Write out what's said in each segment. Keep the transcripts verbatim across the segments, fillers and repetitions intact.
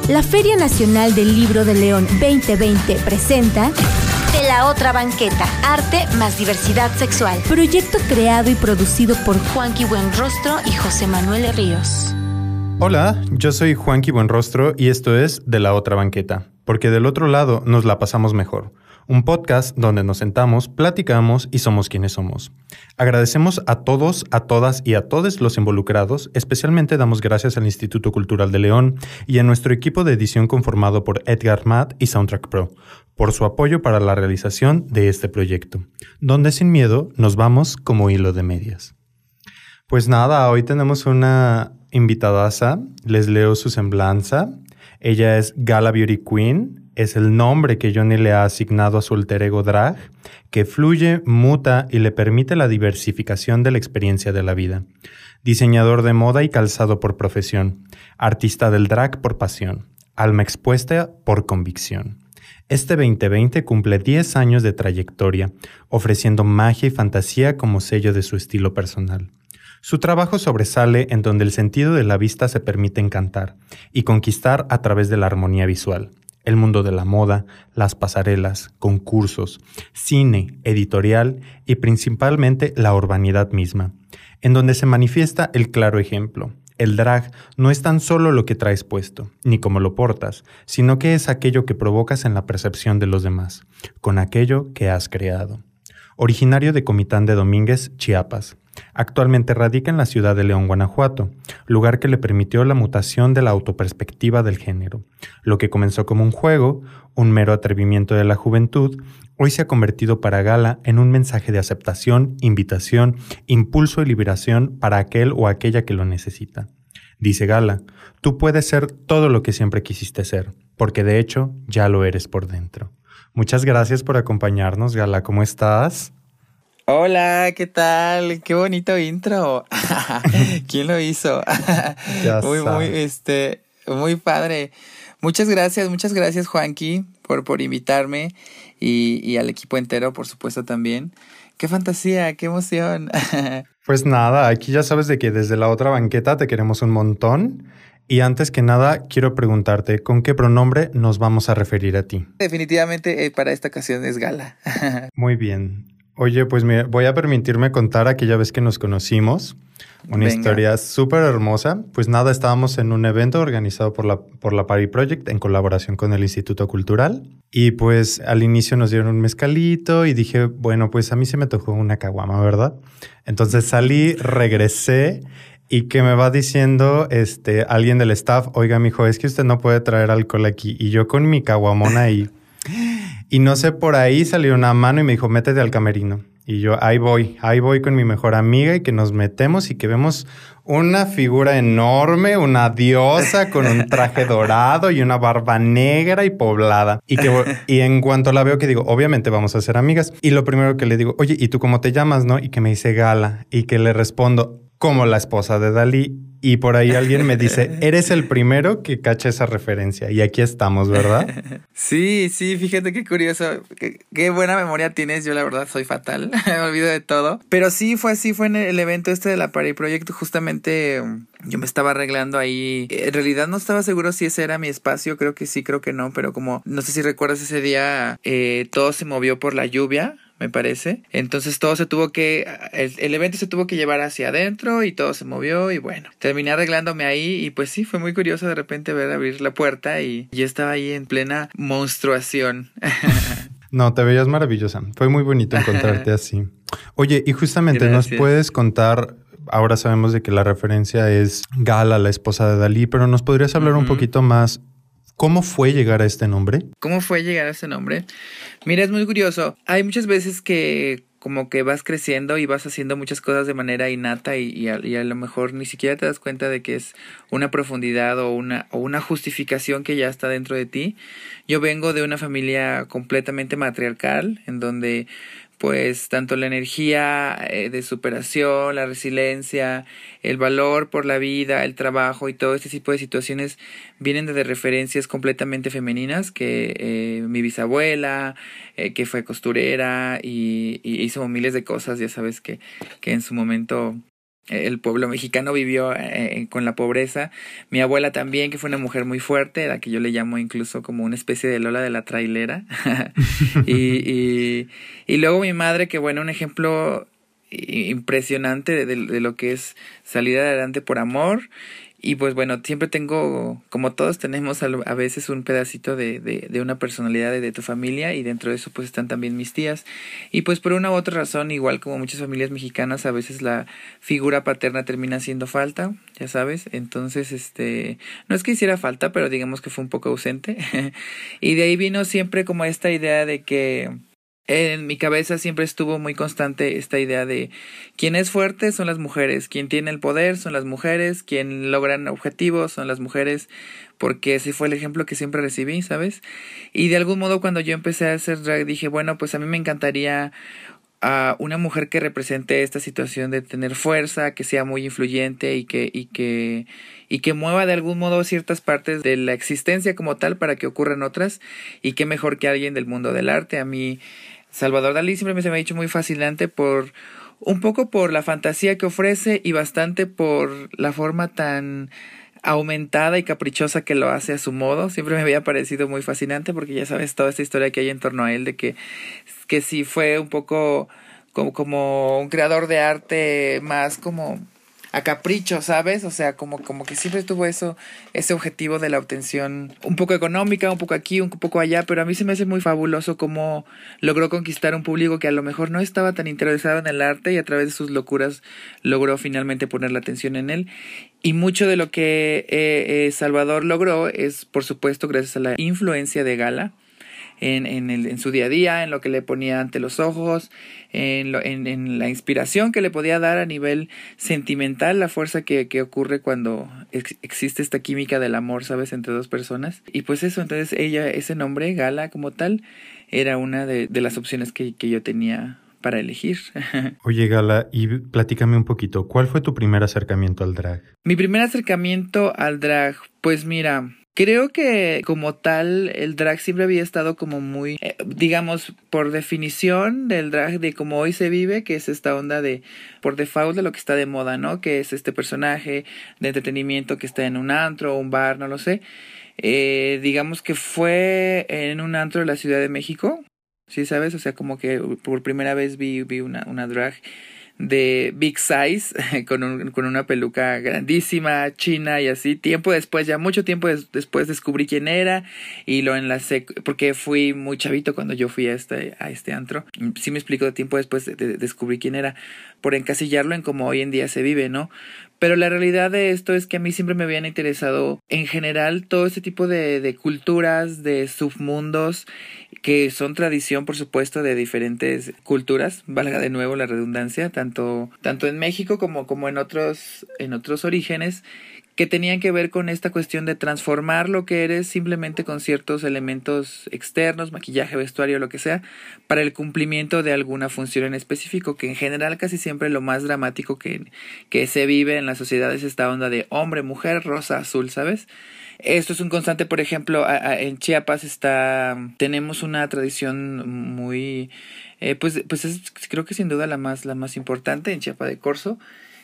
La Feria Nacional del Libro de León veinte veinte presenta De la Otra Banqueta, Arte más Diversidad Sexual. Proyecto creado y producido por Juanqui Buenrostro y José Manuel Ríos. Hola, yo soy Juanqui Buenrostro y esto es De la Otra Banqueta, porque del otro lado nos la pasamos mejor. Un podcast donde nos sentamos, platicamos y somos quienes somos. Agradecemos a todos, a todas y a todos los involucrados. Especialmente damos gracias al Instituto Cultural de León y a nuestro equipo de edición conformado por Edgar Matt y Soundtrack Pro por su apoyo para la realización de este proyecto, donde sin miedo nos vamos como hilo de medias. Pues nada, hoy tenemos una invitadaza. Les leo su semblanza. Ella es Gala Beauty Queen. Es el nombre que Johnny le ha asignado a su alter ego drag, que fluye, muta y le permite la diversificación de la experiencia de la vida. Diseñador de moda y calzado por profesión. Artista del drag por pasión. Alma expuesta por convicción. Este veinte veinte cumple diez años de trayectoria, ofreciendo magia y fantasía como sello de su estilo personal. Su trabajo sobresale en donde el sentido de la vista se permite encantar y conquistar a través de la armonía visual. El mundo de la moda, las pasarelas, concursos, cine, editorial y principalmente la urbanidad misma, en donde se manifiesta el claro ejemplo. El drag no es tan solo lo que traes puesto, ni cómo lo portas, sino que es aquello que provocas en la percepción de los demás, con aquello que has creado. Originario de Comitán de Domínguez, Chiapas. Actualmente radica en la ciudad de León, Guanajuato, lugar que le permitió la mutación de la autoperspectiva del género. Lo que comenzó como un juego, un mero atrevimiento de la juventud, hoy se ha convertido para Gala en un mensaje de aceptación, invitación, impulso y liberación para aquel o aquella que lo necesita. Dice Gala, tú puedes ser todo lo que siempre quisiste ser, porque de hecho ya lo eres por dentro. Muchas gracias por acompañarnos, Gala. ¿Cómo estás? Hola, ¿qué tal? Qué bonito intro. ¿Quién lo hizo? Ya muy, sabes. muy, este, muy padre. Muchas gracias, muchas gracias, Juanqui, por, por invitarme y, y al equipo entero, por supuesto, también. ¡Qué fantasía! ¡Qué emoción! Pues nada, aquí ya sabes de que desde la otra banqueta te queremos un montón. Y antes que nada, quiero preguntarte, ¿con qué pronombre nos vamos a referir a ti? Definitivamente eh, para esta ocasión es Gala. Muy bien. Oye, pues me voy a permitirme contar aquella vez que nos conocimos. Una Venga. Historia súper hermosa. Pues nada, estábamos en un evento organizado por la, por la Party Project en colaboración con el Instituto Cultural. Y pues al inicio nos dieron un mezcalito y dije, bueno, pues a mí se me tocó una caguama, ¿verdad? Entonces salí, regresé y que me va diciendo este, alguien del staff, oiga, mijo, es que usted no puede traer alcohol aquí. Y yo con mi caguamona ahí. Y no sé, por ahí salió una mano y me dijo, métete al camerino. Y yo, ahí voy, ahí voy con mi mejor amiga y que nos metemos y que vemos una figura enorme, una diosa con un traje dorado y una barba negra y poblada. Y, que, y en cuanto la veo que digo, obviamente vamos a ser amigas. Y lo primero que le digo, oye, ¿y tú cómo te llamas, no? Y que me dice Gala. Y que le respondo, como la esposa de Dalí. Y por ahí alguien me dice, eres el primero que cacha esa referencia. Y aquí estamos, ¿verdad? Sí, sí, fíjate qué curioso. Qué, qué buena memoria tienes. Yo la verdad soy fatal. Me olvido de todo. Pero sí, fue así, fue en el evento este de la Party Project. Justamente yo me estaba arreglando ahí. En realidad no estaba seguro si ese era mi espacio. Creo que sí, creo que no. Pero como, no sé si recuerdas ese día, eh, todo se movió por la lluvia, me parece. Entonces todo se tuvo que... El, el evento se tuvo que llevar hacia adentro y todo se movió y bueno, terminé arreglándome ahí y pues sí, fue muy curioso de repente ver abrir la puerta y yo estaba ahí en plena monstruación. No, te veías maravillosa. Fue muy bonito encontrarte así. Oye, y justamente Gracias. nos puedes contar... Ahora sabemos de que la referencia es Gala, la esposa de Dalí, pero ¿nos podrías hablar uh-huh. un poquito más? ¿Cómo fue llegar a este nombre? ¿Cómo fue llegar a este nombre? Mira, es muy curioso. Hay muchas veces que como que vas creciendo y vas haciendo muchas cosas de manera innata y, y, a, y a lo mejor ni siquiera te das cuenta de que es una profundidad o una, o una justificación que ya está dentro de ti. Yo vengo de una familia completamente matriarcal, en donde pues tanto la energía eh, de superación, la resiliencia, el valor por la vida, el trabajo y todo este tipo de situaciones vienen de referencias completamente femeninas, que eh, mi bisabuela, eh, que fue costurera y, y hizo miles de cosas, ya sabes que, que en su momento el pueblo mexicano vivió eh, con la pobreza. Mi abuela también, que fue una mujer muy fuerte, la que yo le llamo incluso como una especie de Lola de la trailera. y, y, y luego mi madre, que bueno, un ejemplo impresionante de, de, de lo que es salir adelante por amor. Y pues bueno, siempre tengo, como todos tenemos a, a veces un pedacito de, de, de una personalidad de, de tu familia, y dentro de eso pues están también mis tías. Y pues por una u otra razón, igual como muchas familias mexicanas, a veces la figura paterna termina haciendo falta, ya sabes. Entonces, este, no es que hiciera falta, pero digamos que fue un poco ausente. Y de ahí vino siempre como esta idea de que en mi cabeza siempre estuvo muy constante esta idea de quien es fuerte son las mujeres, quien tiene el poder son las mujeres, quien logran objetivos son las mujeres, porque ese fue el ejemplo que siempre recibí, ¿sabes? Y de algún modo cuando yo empecé a hacer drag dije, bueno, pues a mí me encantaría a una mujer que represente esta situación de tener fuerza, que sea muy influyente y que y que y que mueva de algún modo ciertas partes de la existencia como tal para que ocurran otras, y qué mejor que alguien del mundo del arte. A mí Salvador Dalí siempre se me ha dicho muy fascinante por un poco por la fantasía que ofrece y bastante por la forma tan aumentada y caprichosa que lo hace a su modo. Siempre me había parecido muy fascinante porque ya sabes toda esta historia que hay en torno a él de que, que sí fue un poco como, como un creador de arte más como a capricho, ¿sabes? O sea, como, como que siempre tuvo eso, ese objetivo de la obtención un poco económica, un poco aquí, un poco allá, pero a mí se me hace muy fabuloso cómo logró conquistar un público que a lo mejor no estaba tan interesado en el arte, y a través de sus locuras logró finalmente poner la atención en él. Y mucho de lo que eh, eh, Salvador logró es, por supuesto, gracias a la influencia de Gala. En, en, el, en su día a día, en lo que le ponía ante los ojos, en, lo, en, en la inspiración que le podía dar a nivel sentimental, la fuerza que, que ocurre cuando ex, existe esta química del amor, ¿sabes?, entre dos personas. Y pues eso, entonces ella, ese nombre, Gala como tal, era una de, de las opciones que, que yo tenía para elegir. Oye, Gala, y platícame un poquito, ¿cuál fue tu primer acercamiento al drag? Mi primer acercamiento al drag, pues mira, creo que como tal el drag siempre había estado como muy, eh, digamos, por definición del drag de como hoy se vive, que es esta onda de, por default de lo que está de moda, ¿no? Que es este personaje de entretenimiento que está en un antro o un bar, no lo sé. Eh, digamos que fue en un antro de la Ciudad de México, ¿sí sabes? O sea, como que por primera vez vi, vi una, una drag de big size, con, un, con una peluca grandísima, china y así. Tiempo después, ya mucho tiempo des, después descubrí quién era y lo enlacé, porque fui muy chavito cuando yo fui a este, a este antro. Sí me explico, tiempo después de, de, descubrí quién era, por encasillarlo en cómo hoy en día se vive, ¿no? Pero la realidad de esto es que a mí siempre me habían interesado en general todo este tipo de, de culturas, de submundos, que son tradición, por supuesto, de diferentes culturas, valga de nuevo la redundancia, tanto, tanto en México como, como en otros, en otros orígenes, que tenían que ver con esta cuestión de transformar lo que eres simplemente con ciertos elementos externos, maquillaje, vestuario, lo que sea, para el cumplimiento de alguna función en específico, que en general casi siempre lo más dramático que, que se vive en la sociedad es esta onda de hombre, mujer, rosa, azul, ¿sabes? Esto es un constante, por ejemplo, a, a, en Chiapas está, tenemos una tradición muy, eh, pues, pues es, creo que sin duda la más, la más importante en Chiapa de Corzo,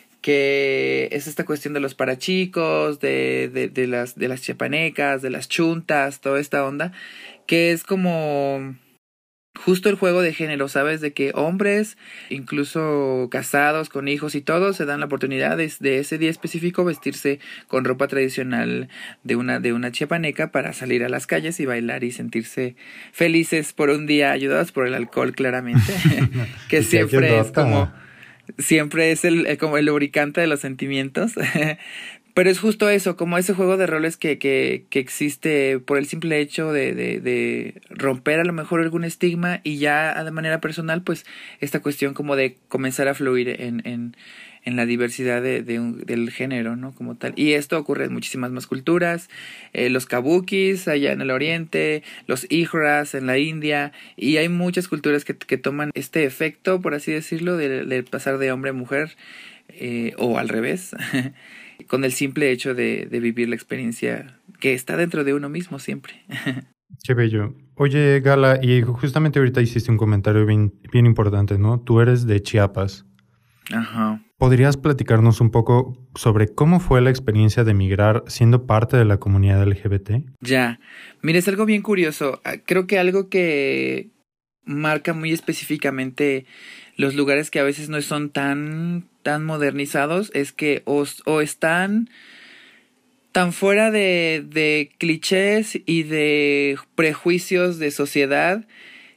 que es esta cuestión de los parachicos, de, de, de las, de las chiapanecas, de las chuntas, toda esta onda, que es como justo el juego de género, ¿sabes? De que hombres, incluso casados, con hijos y todo, se dan la oportunidad de, de ese día específico vestirse con ropa tradicional de una, de una chiapaneca para salir a las calles y bailar y sentirse felices por un día, ayudados por el alcohol, claramente, que siempre es como... Siempre es el, el como el lubricante de los sentimientos. Pero es justo eso, como ese juego de roles que, que, que existe por el simple hecho de, de, de romper a lo mejor algún estigma, y ya de manera personal, pues esta cuestión como de comenzar a fluir en, en, en la diversidad de, de un, del género, ¿no? Como tal. Y esto ocurre en muchísimas más culturas, eh, los kabukis allá en el oriente, los ihras en la India, y hay muchas culturas que, que toman este efecto, por así decirlo, de, de pasar de hombre a mujer, eh, o al revés, con el simple hecho de, de vivir la experiencia que está dentro de uno mismo siempre. Qué bello. Oye, Gala, y justamente ahorita hiciste un comentario bien, bien importante, ¿no? Tú eres de Chiapas. Ajá. ¿Podrías platicarnos un poco sobre cómo fue la experiencia de migrar siendo parte de la comunidad L G B T? Ya. Mira, es algo bien curioso. Creo que algo que marca muy específicamente los lugares que a veces no son tan, tan modernizados es que o, o están tan fuera de, de clichés y de prejuicios de sociedad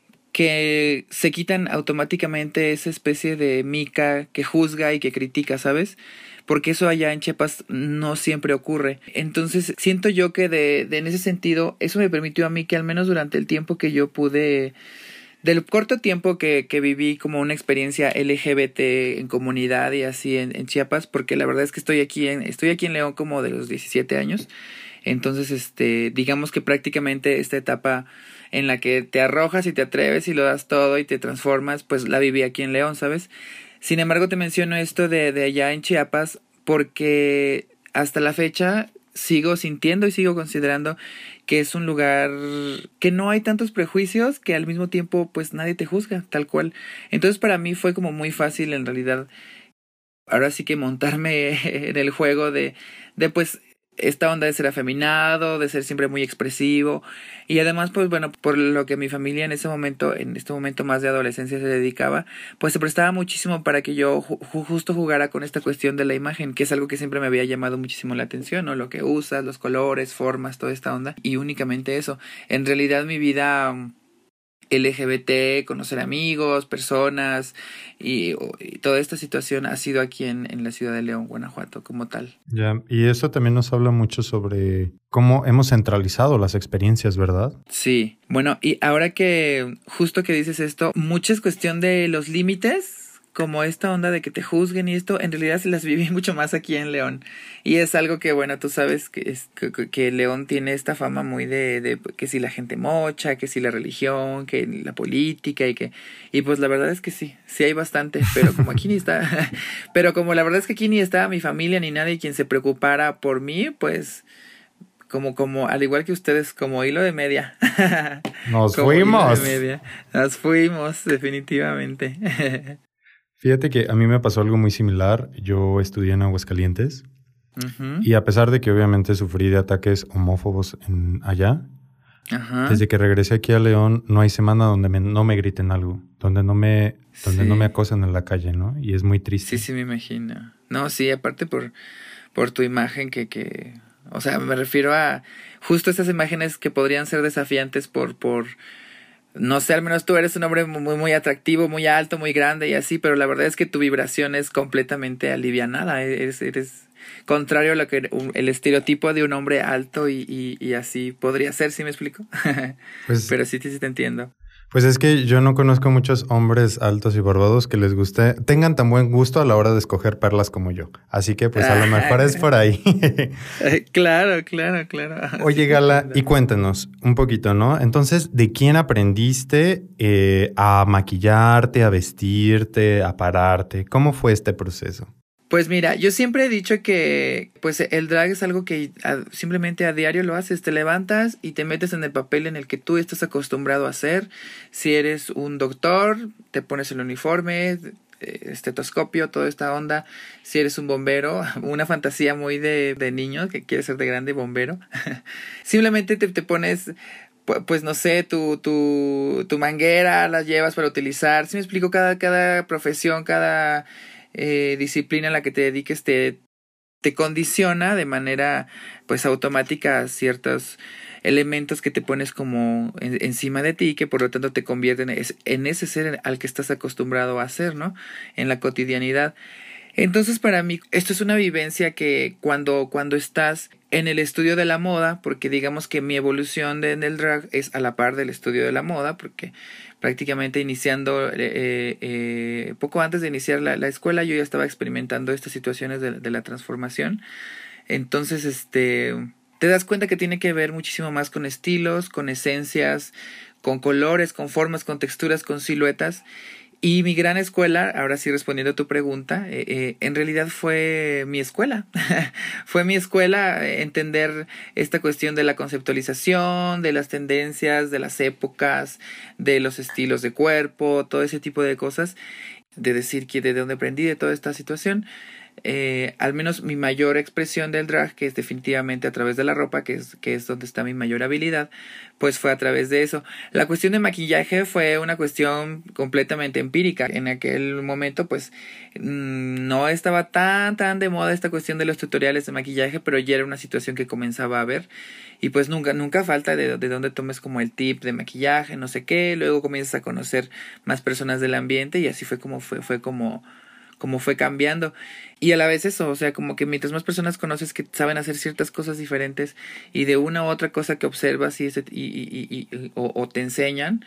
que se quitan automáticamente esa especie de mica que juzga y que critica, ¿sabes? Porque eso allá en Chiapas no siempre ocurre. Entonces siento yo que de, de en ese sentido eso me permitió a mí que al menos durante el tiempo que yo pude, del corto tiempo que, que viví como una experiencia L G B T en comunidad y así en, en Chiapas, porque la verdad es que estoy aquí en, estoy aquí en León como de los diecisiete años. Entonces, este, digamos que prácticamente esta etapa en la que te arrojas y te atreves y lo das todo y te transformas, pues la viví aquí en León, ¿sabes? Sin embargo, te menciono esto de, de allá en Chiapas porque hasta la fecha sigo sintiendo y sigo considerando que es un lugar que no hay tantos prejuicios, que al mismo tiempo pues nadie te juzga, tal cual. Entonces para mí fue como muy fácil en realidad, ahora sí que montarme en el juego de, de pues esta onda de ser afeminado, de ser siempre muy expresivo y además pues bueno, por lo que mi familia en ese momento, en este momento más de adolescencia se dedicaba, pues se prestaba muchísimo para que yo ju- justo jugara con esta cuestión de la imagen, que es algo que siempre me había llamado muchísimo la atención, ¿no? Lo que usas, los colores, formas, toda esta onda y únicamente eso. En realidad mi vida L G B T, conocer amigos, personas y, y toda esta situación ha sido aquí en, en la ciudad de León, Guanajuato, como tal. Ya, y eso también nos habla mucho sobre cómo hemos centralizado las experiencias, ¿verdad? Sí, bueno, y ahora que justo que dices esto, mucha es cuestión de los límites, como esta onda de que te juzguen y esto, en realidad se las viví mucho más aquí en León. Y es algo que, bueno, tú sabes que, es, que, que León tiene esta fama muy de, de que si la gente mocha, que si la religión, que la política y que... Y pues la verdad es que sí, sí hay bastante, pero como aquí ni está... pero como la verdad es que aquí ni estaba mi familia ni nadie quien se preocupara por mí, pues... Como, como, al igual que ustedes, como hilo de media. Nos como fuimos. Hilo de media. Nos fuimos, definitivamente. Fíjate que a mí me pasó algo muy similar. Yo estudié en Aguascalientes Uh-huh. y a pesar de que obviamente sufrí de ataques homófobos en allá, Ajá. desde que regresé aquí a León no hay semana donde me, no me griten algo, donde no me, donde Sí. no me acosan en la calle, ¿no? Y es muy triste. Sí, sí, me imagino. No, sí, aparte por, por tu imagen que, que... O sea, me refiero a justo estas imágenes que podrían ser desafiantes por... por no sé, al menos tú eres un hombre muy, muy atractivo, muy alto, muy grande y así, pero la verdad es que tu vibración es completamente alivianada. Eres, eres contrario a lo que un, el estereotipo de un hombre alto y, y, y así podría ser, ¿sí me explico? Pues, pero sí, sí, sí te entiendo. Pues es que yo no conozco muchos hombres altos y barbados que les guste, tengan tan buen gusto a la hora de escoger perlas como yo. Así que pues a lo mejor es por ahí. Claro, claro, claro. Oye, Gala, y cuéntanos un poquito, ¿no? Entonces, ¿de quién aprendiste eh, a maquillarte, a vestirte, a pararte? ¿Cómo fue este proceso? Pues mira, yo siempre he dicho que pues el drag es algo que a, simplemente a diario lo haces, te levantas y te metes en el papel en el que tú estás acostumbrado a hacer. Si eres un doctor, te pones el uniforme, estetoscopio, toda esta onda. Si eres un bombero, una fantasía muy de, de niño que quiere ser de grande bombero. Simplemente te, te pones... Pues no sé, tu, tu, tu manguera la llevas para utilizar. Si me explico, cada, cada profesión, cada eh, disciplina a la que te dediques te, te condiciona de manera pues automática a ciertos elementos que te pones como en, encima de ti y que por lo tanto te convierten en, en ese ser al que estás acostumbrado a hacer, ¿no? En la cotidianidad. Entonces para mí esto es una vivencia que cuando, cuando estás en el estudio de la moda, porque digamos que mi evolución de, en el drag es a la par del estudio de la moda, porque prácticamente iniciando, eh, eh, poco antes de iniciar la, la escuela yo ya estaba experimentando estas situaciones de, de la transformación. Entonces este te das cuenta que tiene que ver muchísimo más con estilos, con esencias, con colores, con formas, con texturas, con siluetas. Y mi gran escuela, ahora sí respondiendo a tu pregunta, eh, eh, en realidad fue mi escuela. Fue mi escuela entender esta cuestión de la conceptualización, de las tendencias, de las épocas, de los estilos de cuerpo, todo ese tipo de cosas. de decir que de dónde aprendí de toda esta situación. Eh, al menos mi mayor expresión del drag, que es definitivamente a través de la ropa, que es, que es donde está mi mayor habilidad, pues fue a través de eso. La cuestión de maquillaje fue una cuestión completamente empírica. En aquel momento pues mmm, no estaba tan tan de moda esta cuestión de los tutoriales de maquillaje, pero ya era una situación que comenzaba a ver, y pues nunca, nunca falta de, de dónde tomes como el tip de maquillaje, no sé qué, luego comienzas a conocer más personas del ambiente, y así fue como fue, fue como como fue cambiando. Y a la vez eso, o sea, como que mientras más personas conoces que saben hacer ciertas cosas diferentes, y de una u otra cosa que observas y, ese, y, y, y, y o, o te enseñan,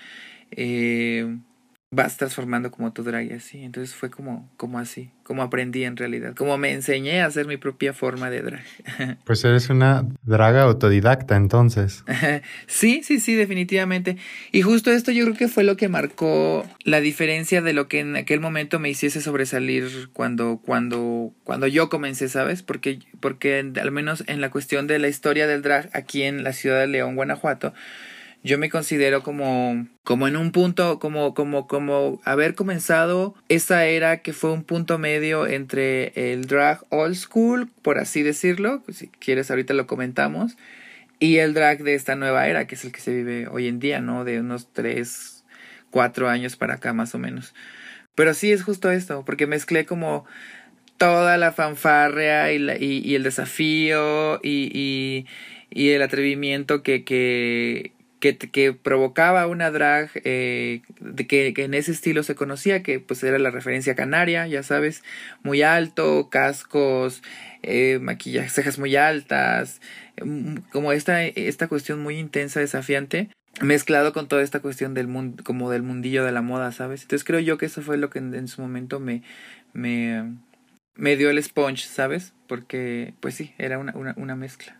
eh, vas transformando como tu drag y así. Entonces fue como, como así, como aprendí en realidad, como me enseñé a hacer mi propia forma de drag. Pues eres una draga autodidacta entonces. Sí, sí, sí, definitivamente. Y justo esto yo creo que fue lo que marcó la diferencia de lo que en aquel momento me hiciese sobresalir cuando, cuando, cuando yo comencé, ¿sabes? Porque, porque al menos en la cuestión de la historia del drag aquí en la ciudad de León, Guanajuato, yo me considero como, como en un punto, como, como, como haber comenzado esa era que fue un punto medio entre el drag old school, por así decirlo, si quieres ahorita lo comentamos, y el drag de esta nueva era, que es el que se vive hoy en día, ¿no? De unos tres, cuatro años para acá más o menos. Pero sí es justo esto, porque mezclé como toda la fanfarria y, la, y, y el desafío y, y, y el atrevimiento que... que Que, que provocaba una drag eh, de que, que en ese estilo se conocía, que pues era la referencia canaria, ya sabes, muy alto, cascos, eh, maquillaje, cejas muy altas, como esta, esta cuestión muy intensa, desafiante, mezclado con toda esta cuestión del mundo, como del mundillo de la moda, ¿sabes? Entonces creo yo que eso fue lo que en, en su momento me, me, me dio el sponge, ¿sabes? Porque pues sí, era una, una, una mezcla.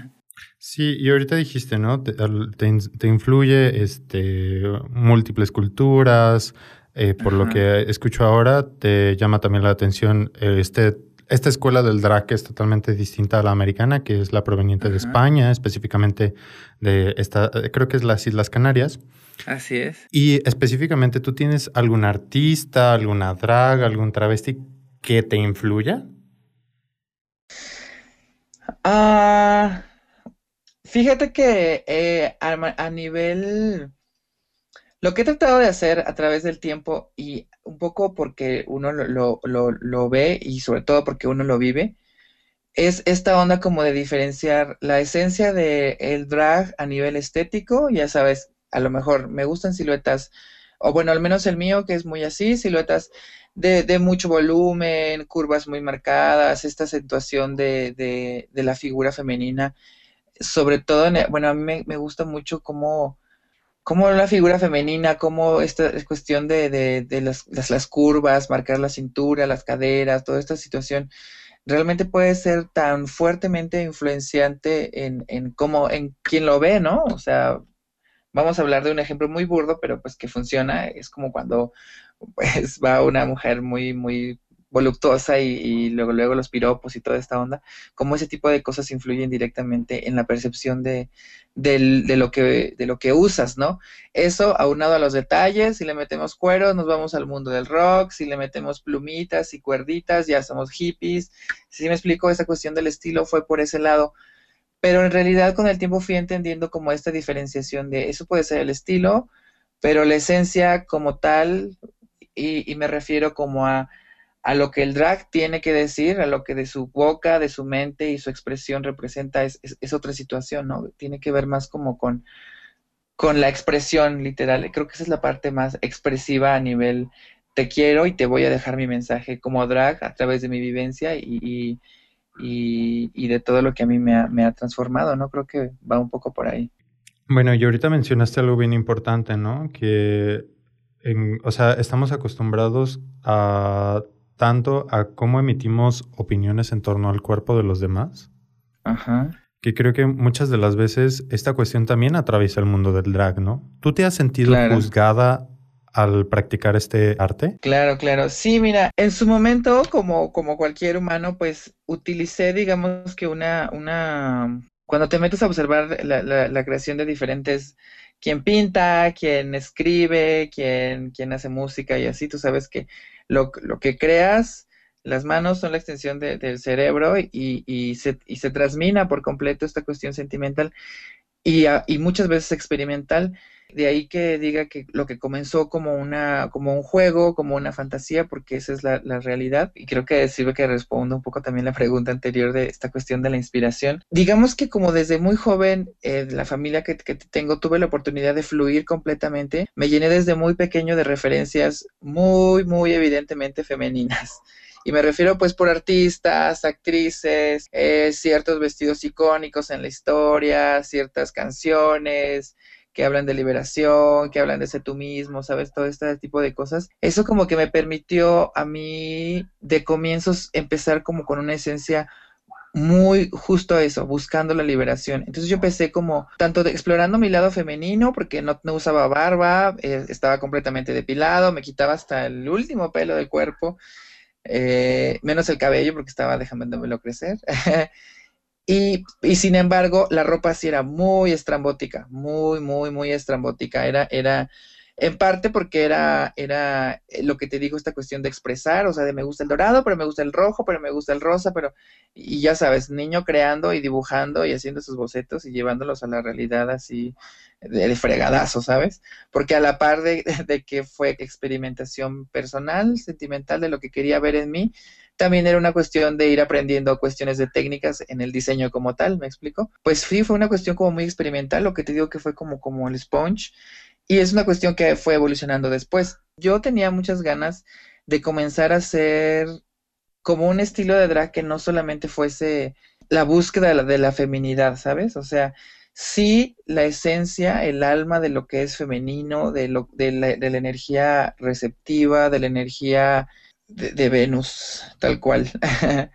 Sí, y ahorita dijiste, ¿no? Te, te, te influye este, múltiples culturas, eh, por Ajá. lo que escucho ahora, te llama también la atención este, esta escuela del drag que es totalmente distinta a la americana, que es la proveniente Ajá. de España, específicamente de esta, creo que es las Islas Canarias. Así es. Y específicamente, ¿tú tienes algún artista, alguna drag, algún travesti que te influya? Ah... Uh... Fíjate que eh, a, a nivel, lo que he tratado de hacer a través del tiempo, y un poco porque uno lo, lo, lo, lo ve y sobre todo porque uno lo vive, es esta onda como de diferenciar la esencia del drag a nivel estético. Ya sabes, a lo mejor me gustan siluetas, o bueno, al menos el mío que es muy así, siluetas de, de mucho volumen, curvas muy marcadas, esta acentuación de, de, de la figura femenina. Sobre todo, bueno, a mí me, me gusta mucho cómo, cómo la figura femenina, cómo esta cuestión de, de, de las, las, las curvas, marcar la cintura, las caderas, toda esta situación, realmente puede ser tan fuertemente influenciante en, en cómo, en quien lo ve, ¿no? O sea, vamos a hablar de un ejemplo muy burdo, pero pues que funciona. Es como cuando pues va una mujer muy, muy voluptuosa y, y luego luego los piropos y toda esta onda, como ese tipo de cosas influyen directamente en la percepción de, de, de, lo que, de lo que usas, ¿no? Eso aunado a los detalles, si le metemos cuero, nos vamos al mundo del rock, si le metemos plumitas y cuerditas, ya somos hippies. Si me explico, esa cuestión del estilo fue por ese lado, pero en realidad con el tiempo fui entendiendo como esta diferenciación de eso puede ser el estilo, pero la esencia como tal, y, y me refiero como a a lo que el drag tiene que decir, a lo que de su boca, de su mente y su expresión representa, es, es, es otra situación, ¿no? Tiene que ver más como con, con la expresión literal. Creo que esa es la parte más expresiva a nivel te quiero y te voy a dejar mi mensaje como drag a través de mi vivencia y, y, y, y de todo lo que a mí me ha, me ha transformado, ¿no? Creo que va un poco por ahí. Bueno, y ahorita mencionaste algo bien importante, ¿no? Que, en, o sea, estamos acostumbrados a tanto a cómo emitimos opiniones en torno al cuerpo de los demás, Ajá. que creo que muchas de las veces esta cuestión también atraviesa el mundo del drag, ¿no? ¿Tú te has sentido claro. juzgada al practicar este arte? Claro, claro. Sí, mira, en su momento, como, como cualquier humano, pues utilicé, digamos que una, una... Cuando te metes a observar la, la, la creación de diferentes... Quien pinta, quien escribe, quien, quien hace música y así, tú sabes que lo, lo que creas, las manos son la extensión de, del cerebro y, y, se, y se transmina por completo esta cuestión sentimental y, a, y muchas veces experimental. De ahí que diga que lo que comenzó como una, como un juego, como una fantasía, porque esa es la, la realidad. Y creo que sirve que responda un poco también la pregunta anterior de esta cuestión de la inspiración. Digamos que como desde muy joven, eh, la familia que, que tengo, tuve la oportunidad de fluir completamente. Me llené desde muy pequeño de referencias muy, muy evidentemente femeninas. Y me refiero pues por artistas, actrices, eh, ciertos vestidos icónicos en la historia, ciertas canciones que hablan de liberación, que hablan de ser tú mismo, ¿sabes? Todo este tipo de cosas. Eso como que me permitió a mí de comienzos empezar como con una esencia muy justo a eso, buscando la liberación. Entonces yo empecé como tanto de, explorando mi lado femenino, porque no, no usaba barba, eh, estaba completamente depilado, me quitaba hasta el último pelo del cuerpo, eh, menos el cabello porque estaba dejándomelo crecer. Y, y sin embargo, la ropa sí era muy estrambótica, muy, muy, muy estrambótica. Era, era, en parte porque era, era lo que te digo, esta cuestión de expresar, o sea, de me gusta el dorado, pero me gusta el rojo, pero me gusta el rosa, pero, y ya sabes, niño creando y dibujando y haciendo sus bocetos y llevándolos a la realidad así de, de fregadazo, ¿sabes? Porque a la par de, de que fue experimentación personal, sentimental de lo que quería ver en mí, también era una cuestión de ir aprendiendo cuestiones de técnicas en el diseño como tal, ¿me explico? Pues sí, fue una cuestión como muy experimental, lo que te digo que fue como, como el sponge, y es una cuestión que fue evolucionando después. Yo tenía muchas ganas de comenzar a hacer como un estilo de drag que no solamente fuese la búsqueda de la, de la feminidad, ¿sabes? O sea, sí la esencia, el alma de lo que es femenino, de, lo, de, la, de la energía receptiva, de la energía de, de Venus, tal cual, eh,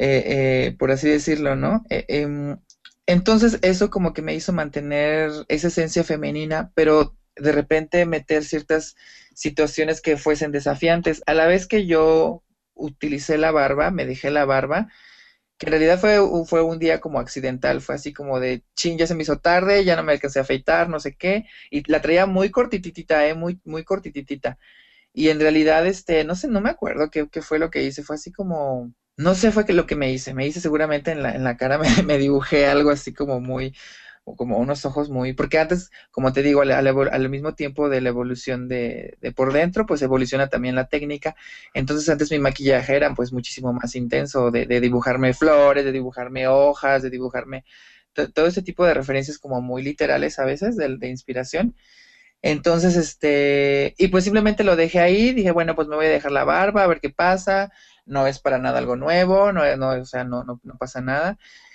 eh, por así decirlo, ¿no? Eh, eh, entonces eso como que me hizo mantener esa esencia femenina, pero de repente meter ciertas situaciones que fuesen desafiantes. A la vez que yo utilicé la barba, me dejé la barba, que en realidad fue, fue un día como accidental, fue así como de, chin, ya se me hizo tarde, ya no me alcancé a afeitar, no sé qué, y la traía muy cortititita, eh, muy, muy cortititita. Y en realidad, este, no sé, no me acuerdo qué, qué fue lo que hice, fue así como, no sé, fue que lo que me hice, me hice seguramente en la, en la cara, me, me dibujé algo así como muy, como unos ojos muy, porque antes, como te digo, al, al, al mismo tiempo de la evolución de, de por dentro, pues evoluciona también la técnica. Entonces antes mi maquillaje era pues muchísimo más intenso, de, de dibujarme flores, de dibujarme hojas, de dibujarme todo ese tipo de referencias como muy literales a veces, de, de inspiración. Entonces, este, y pues simplemente lo dejé ahí, dije, bueno, pues me voy a dejar la barba, a ver qué pasa, no es para nada algo nuevo, no, no o sea, no, no, no pasa nada.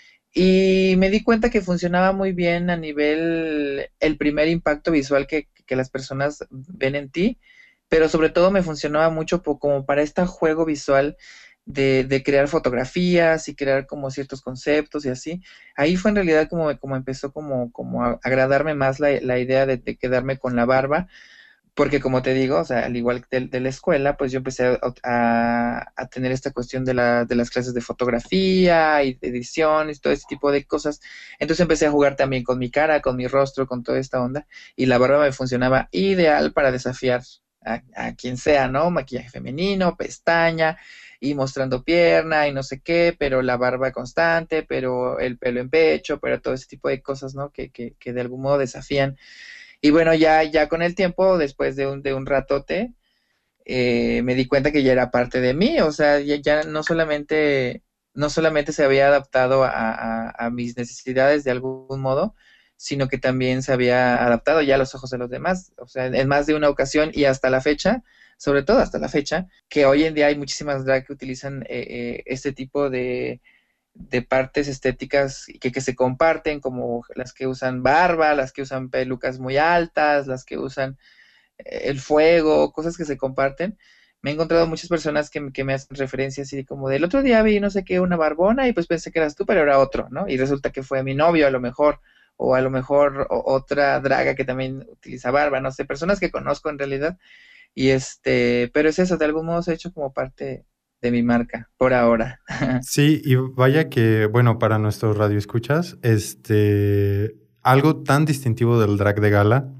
Y me di cuenta que funcionaba muy bien a nivel el primer impacto visual que, que las personas ven en ti, pero sobre todo me funcionaba mucho po- como para este juego visual de, de crear fotografías y crear como ciertos conceptos y así. Ahí fue en realidad como, como empezó como, como a agradarme más la, la idea de, de quedarme con la barba porque como te digo, o sea, al igual que de, de la escuela, pues yo empecé a, a, a tener esta cuestión de, la, de las clases de fotografía y de edición y todo ese tipo de cosas. Entonces empecé a jugar también con mi cara, con mi rostro, con toda esta onda. Y la barba me funcionaba ideal para desafiar a, a quien sea, ¿no? Maquillaje femenino, pestaña y mostrando pierna y no sé qué, pero la barba constante, pero el pelo en pecho, pero todo ese tipo de cosas, ¿no? Que, que, que de algún modo desafían. Y bueno, ya, ya con el tiempo, después de un, de un ratote, eh, me di cuenta que ya era parte de mí, o sea, ya, ya no solamente, no solamente se había adaptado a, a, a mis necesidades de algún modo, sino que también se había adaptado ya a los ojos de los demás, o sea, en más de una ocasión y hasta la fecha, sobre todo hasta la fecha, que hoy en día hay muchísimas drag que utilizan eh, eh, este tipo de de partes estéticas que, que se comparten, como las que usan barba, las que usan pelucas muy altas, las que usan eh, el fuego, cosas que se comparten. Me he encontrado muchas personas que, que me hacen referencias así como del otro día vi no sé qué, una barbona y pues pensé que eras tú, pero era otro, ¿no? Y resulta que fue mi novio a lo mejor, o a lo mejor o, otra draga que también utiliza barba, no sé, personas que conozco en realidad. Y este, pero es eso, de algún modo se ha hecho como parte de mi marca, por ahora. Sí, y vaya que, bueno, para nuestros radioescuchas, este, algo tan distintivo del drag de gala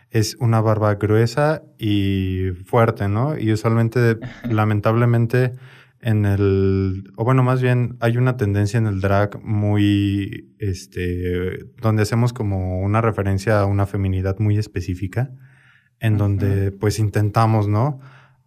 es una barba gruesa y fuerte, ¿no? Y usualmente, lamentablemente, en el, o bueno, más bien hay una tendencia en el drag muy, este, donde hacemos como una referencia a una feminidad muy específica, en uh-huh. donde pues intentamos, ¿no?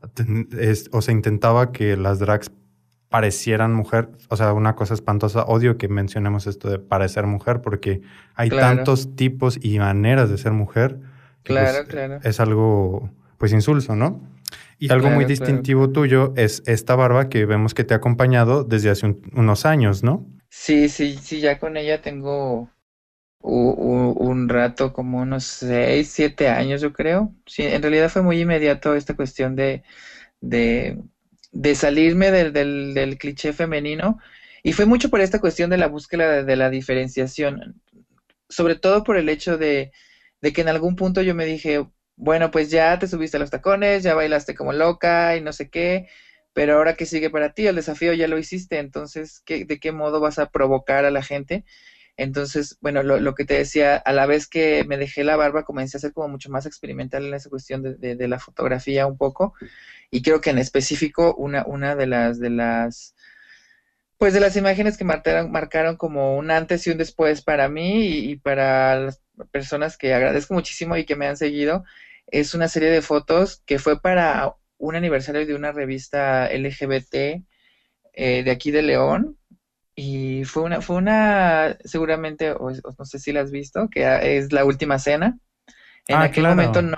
Es, o sea, intentaba que las drags parecieran mujer, o sea, una cosa espantosa. Odio que mencionemos esto de parecer mujer, porque hay claro. tantos tipos y maneras de ser mujer que claro, pues, claro. es algo, pues, insulso, ¿no? Y algo claro, muy distintivo claro, claro. tuyo es esta barba que vemos que te ha acompañado desde hace un, unos años, ¿no? Sí, sí, sí, ya con ella tengo u, u, un rato, como unos seis, siete años, yo creo. Sí, en realidad fue muy inmediato esta cuestión de, de, de salirme del, del, del cliché femenino, y fue mucho por esta cuestión de la búsqueda de, de la diferenciación, sobre todo por el hecho de, de que en algún punto yo me dije, bueno, pues ya te subiste a los tacones, ya bailaste como loca y no sé qué, pero ahora qué sigue para ti, el desafío ya lo hiciste, entonces, ¿qué, ¿de qué modo vas a provocar a la gente? Entonces, bueno, lo, lo que te decía, a la vez que me dejé la barba, comencé a ser como mucho más experimental en esa cuestión de, de, de la fotografía un poco, y creo que en específico una, una de las, de las, pues de las imágenes que marcaron, marcaron como un antes y un después para mí y, y para las personas que agradezco muchísimo y que me han seguido, es una serie de fotos que fue para un aniversario de una revista L G B T eh, de aquí de León. Y fue una, fue una, seguramente, o, o no sé si la has visto, que es La Última Cena. En ah, aquel claro. momento no,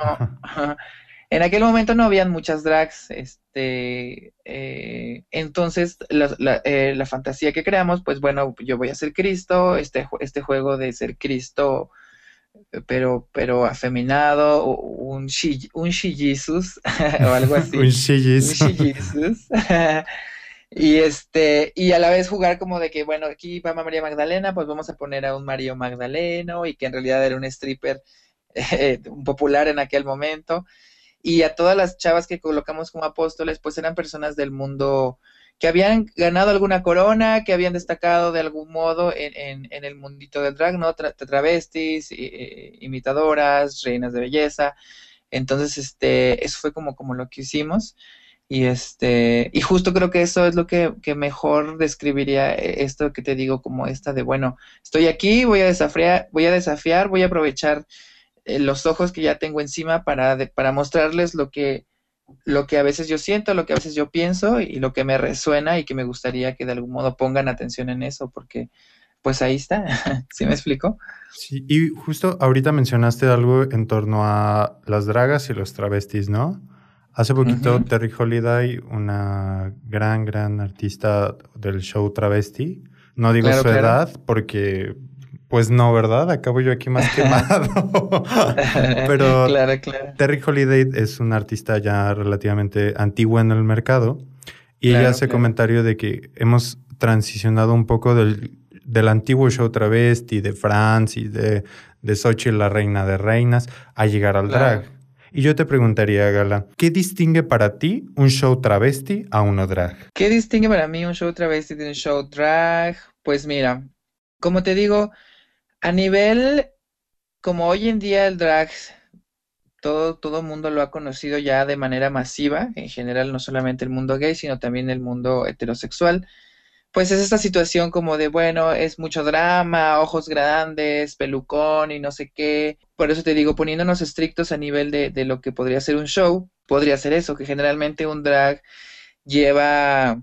en aquel momento no habían muchas drags, este, eh, entonces la, la, eh, la fantasía que creamos, pues bueno, yo voy a ser Cristo, este, este juego de ser Cristo, pero, pero afeminado, un she, un she Jesus, o algo así. un she Jesus. Un she Jesus. Y este, y a la vez jugar como de que, bueno, aquí va María Magdalena, pues vamos a poner a un Mario Magdaleno, y que en realidad era un stripper eh, popular en aquel momento. Y a todas las chavas que colocamos como apóstoles, pues eran personas del mundo que habían ganado alguna corona, que habían destacado de algún modo en, en, en el mundito del drag, ¿no? Tra travestis, eh, imitadoras, reinas de belleza. Entonces, este, eso fue como, como lo que hicimos. Y este, y justo creo que eso es lo que, que mejor describiría esto que te digo, como esta de, bueno, estoy aquí, voy a desafiar, voy a desafiar, voy a aprovechar eh, los ojos que ya tengo encima para, de, para mostrarles lo que, lo que a veces yo siento, lo que a veces yo pienso y lo que me resuena, y que me gustaría que de algún modo pongan atención en eso, porque pues ahí está. ¿Sí me explico? Sí, y justo ahorita mencionaste algo en torno a las dragas y los travestis, ¿no? Hace poquito uh-huh. Terry Holiday, una gran, gran artista del show travesti, no digo claro, su claro. edad porque, pues no, ¿verdad? Acabo yo aquí más quemado. Pero claro, claro. Terry Holiday es una artista ya relativamente antigua en el mercado, y claro, ella hace claro. comentario de que hemos transicionado un poco del, del antiguo show travesti, de Franz y de, de Xochitl, la reina de reinas, a llegar al claro. drag. Y yo te preguntaría, Gala, ¿qué distingue para ti un show travesti a uno drag? ¿Qué distingue para mí un show travesti de un show drag? Pues mira, como te digo, a nivel, como hoy en día el drag, todo todo mundo lo ha conocido ya de manera masiva, en general no solamente el mundo gay, sino también el mundo heterosexual. Pues es esta situación como de, bueno, es mucho drama, ojos grandes, pelucón y no sé qué. Por eso te digo, poniéndonos estrictos a nivel de, de lo que podría ser un show, podría ser eso, que generalmente un drag lleva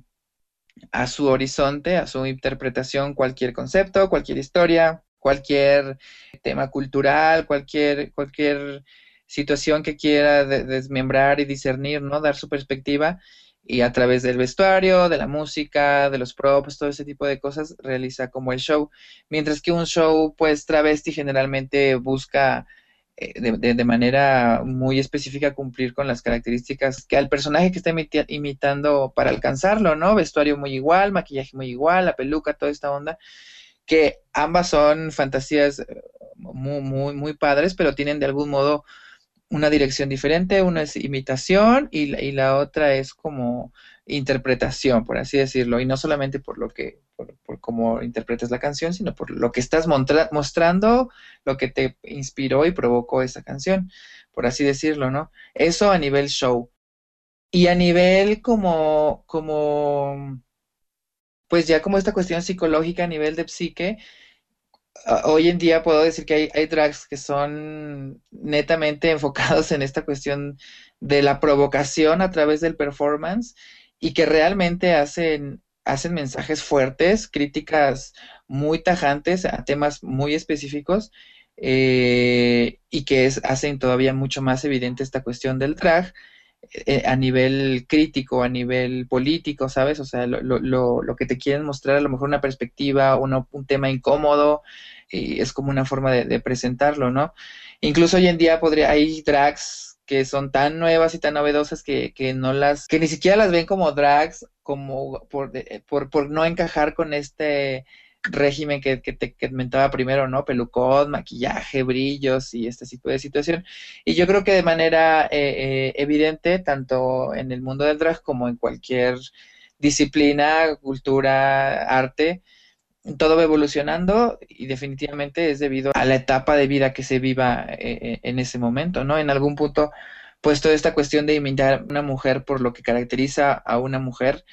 a su horizonte, a su interpretación, cualquier concepto, cualquier historia, cualquier tema cultural, cualquier, cualquier situación que quiera de, desmembrar y discernir, ¿no? Dar su perspectiva. Y a través del vestuario, de la música, de los props, todo ese tipo de cosas, realiza como el show. Mientras que un show, pues, travesti generalmente busca eh, de, de, de manera muy específica cumplir con las características que al personaje que está imita imitando para alcanzarlo, ¿no? Vestuario muy igual, maquillaje muy igual, la peluca, toda esta onda, que ambas son fantasías muy, muy, muy padres, pero tienen de algún modo una dirección diferente. Una es imitación y la, y la otra es como interpretación, por así decirlo, y no solamente por lo que, por, por cómo interpretas la canción, sino por lo que estás mostrando, lo que te inspiró y provocó esa canción. por así decirlo, ¿no? Eso a nivel show. Y a nivel como, como, pues ya como esta cuestión psicológica a nivel de psique, a- hoy en día puedo decir que hay, hay drags que son netamente enfocados en esta cuestión de la provocación a través del performance y que realmente hacen, hacen mensajes fuertes, críticas muy tajantes a temas muy específicos, eh, y que es, hacen todavía mucho más evidente esta cuestión del drag, eh, a nivel crítico, a nivel político, ¿sabes? O sea, lo, lo, lo, lo que te quieren mostrar a lo mejor una perspectiva, una, un tema incómodo, y es como una forma de, de presentarlo, ¿no? Incluso hoy en día podría, hay drags que son tan nuevas y tan novedosas que, que no las, que ni siquiera las ven como drags, como por, de- por, por no encajar con este régimen que, que te que comentaba primero, ¿no? Pelucón, maquillaje, brillos y este tipo de situación. Y yo creo que de manera eh, eh, evidente, tanto en el mundo del drag como en cualquier disciplina, cultura, arte, todo va evolucionando y definitivamente es debido a la etapa de vida que se viva eh, eh, en ese momento, ¿no? En algún punto, pues toda esta cuestión de imitar a una mujer por lo que caracteriza a una mujer